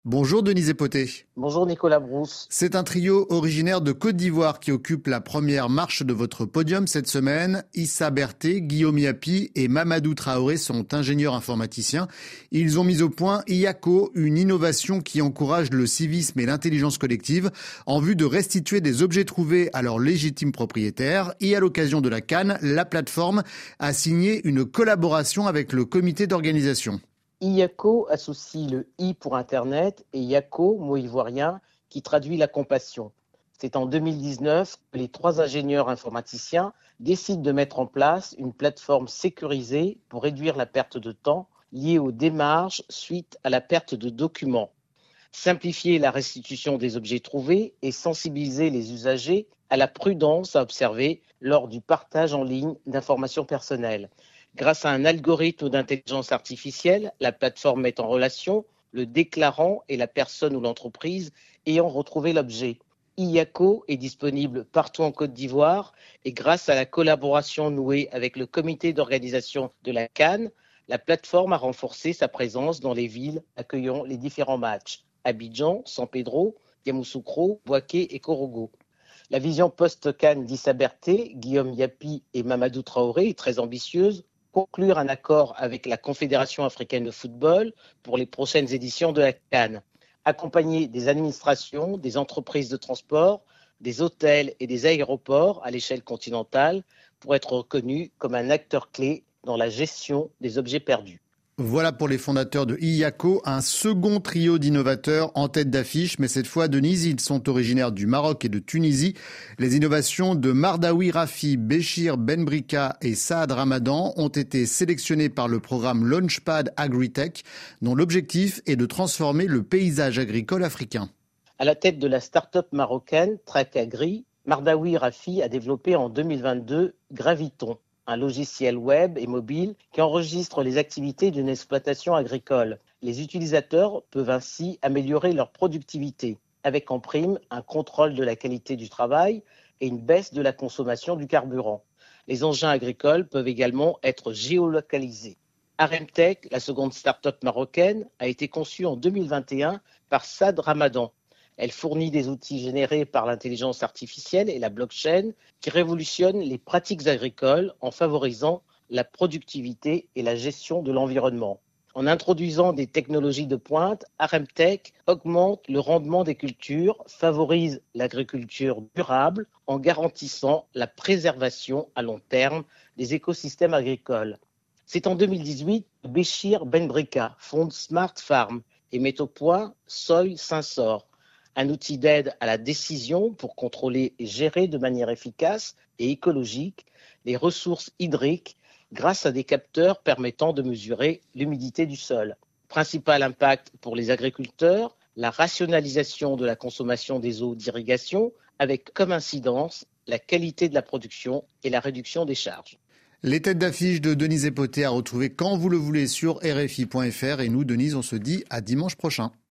Bonjour Denise Epoté. Bonjour Nicolas Brousse. C'est un trio originaire de Côte d'Ivoire qui occupe la première marche de votre podium cette semaine. Issa Berté, Guillaume Yapi et Mamadou Traoré sont ingénieurs informaticiens. Ils ont mis au point IACO, une innovation qui encourage le civisme et l'intelligence collective en vue de restituer des objets trouvés à leurs légitimes propriétaires. Et à l'occasion de la CAN, la plateforme a signé une collaboration avec le comité d'organisation. IACO associe le I pour Internet et Yako, mot ivoirien, qui traduit la compassion. C'est en 2019 que les trois ingénieurs informaticiens décident de mettre en place une plateforme sécurisée pour réduire la perte de temps liée aux démarches suite à la perte de documents, simplifier la restitution des objets trouvés et sensibiliser les usagers à la prudence à observer lors du partage en ligne d'informations personnelles. Grâce à un algorithme d'intelligence artificielle, la plateforme met en relation le déclarant et la personne ou l'entreprise ayant retrouvé l'objet. IACO est disponible partout en Côte d'Ivoire et grâce à la collaboration nouée avec le comité d'organisation de la CAN, la plateforme a renforcé sa présence dans les villes accueillant les différents matchs. Abidjan, San Pedro, Yamoussoukro, Bouaké et Korogo. La vision post-CAN d'Issa Berté, Guillaume Yapi et Mamadou Traoré est très ambitieuse. Conclure un accord avec la Confédération africaine de football pour les prochaines éditions de la CAN. Accompagner des administrations, des entreprises de transport, des hôtels et des aéroports à l'échelle continentale pour être reconnus comme un acteur clé dans la gestion des objets perdus. Voilà pour les fondateurs de IACO, un second trio d'innovateurs en tête d'affiche, mais cette fois Denise, ils sont originaires du Maroc et de Tunisie. Les innovations de Mardaoui Rafi, Béchir Benbrika et Saad Ramadan ont été sélectionnées par le programme Launchpad AgriTech, dont l'objectif est de transformer le paysage agricole africain. À la tête de la start-up marocaine Track Agri, Mardaoui Rafi a développé en 2022 Graviton, un logiciel web et mobile qui enregistre les activités d'une exploitation agricole. Les utilisateurs peuvent ainsi améliorer leur productivité, avec en prime un contrôle de la qualité du travail et une baisse de la consommation du carburant. Les engins agricoles peuvent également être géolocalisés. Aremtech, la seconde start-up marocaine, a été conçue en 2021 par Saad Ramadan. Elle fournit des outils générés par l'intelligence artificielle et la blockchain qui révolutionnent les pratiques agricoles en favorisant la productivité et la gestion de l'environnement. En introduisant des technologies de pointe, Aremtech augmente le rendement des cultures, favorise l'agriculture durable en garantissant la préservation à long terme des écosystèmes agricoles. C'est en 2018 que Béchir Benbrika fonde Smart Farm et met au point Soil Sensor, un outil d'aide à la décision pour contrôler et gérer de manière efficace et écologique les ressources hydriques grâce à des capteurs permettant de mesurer l'humidité du sol. Principal impact pour les agriculteurs, la rationalisation de la consommation des eaux d'irrigation avec comme incidence la qualité de la production et la réduction des charges. Les têtes d'affiche de Denise Epoté à retrouver quand vous le voulez sur RFI.fr et nous, Denise, on se dit à dimanche prochain.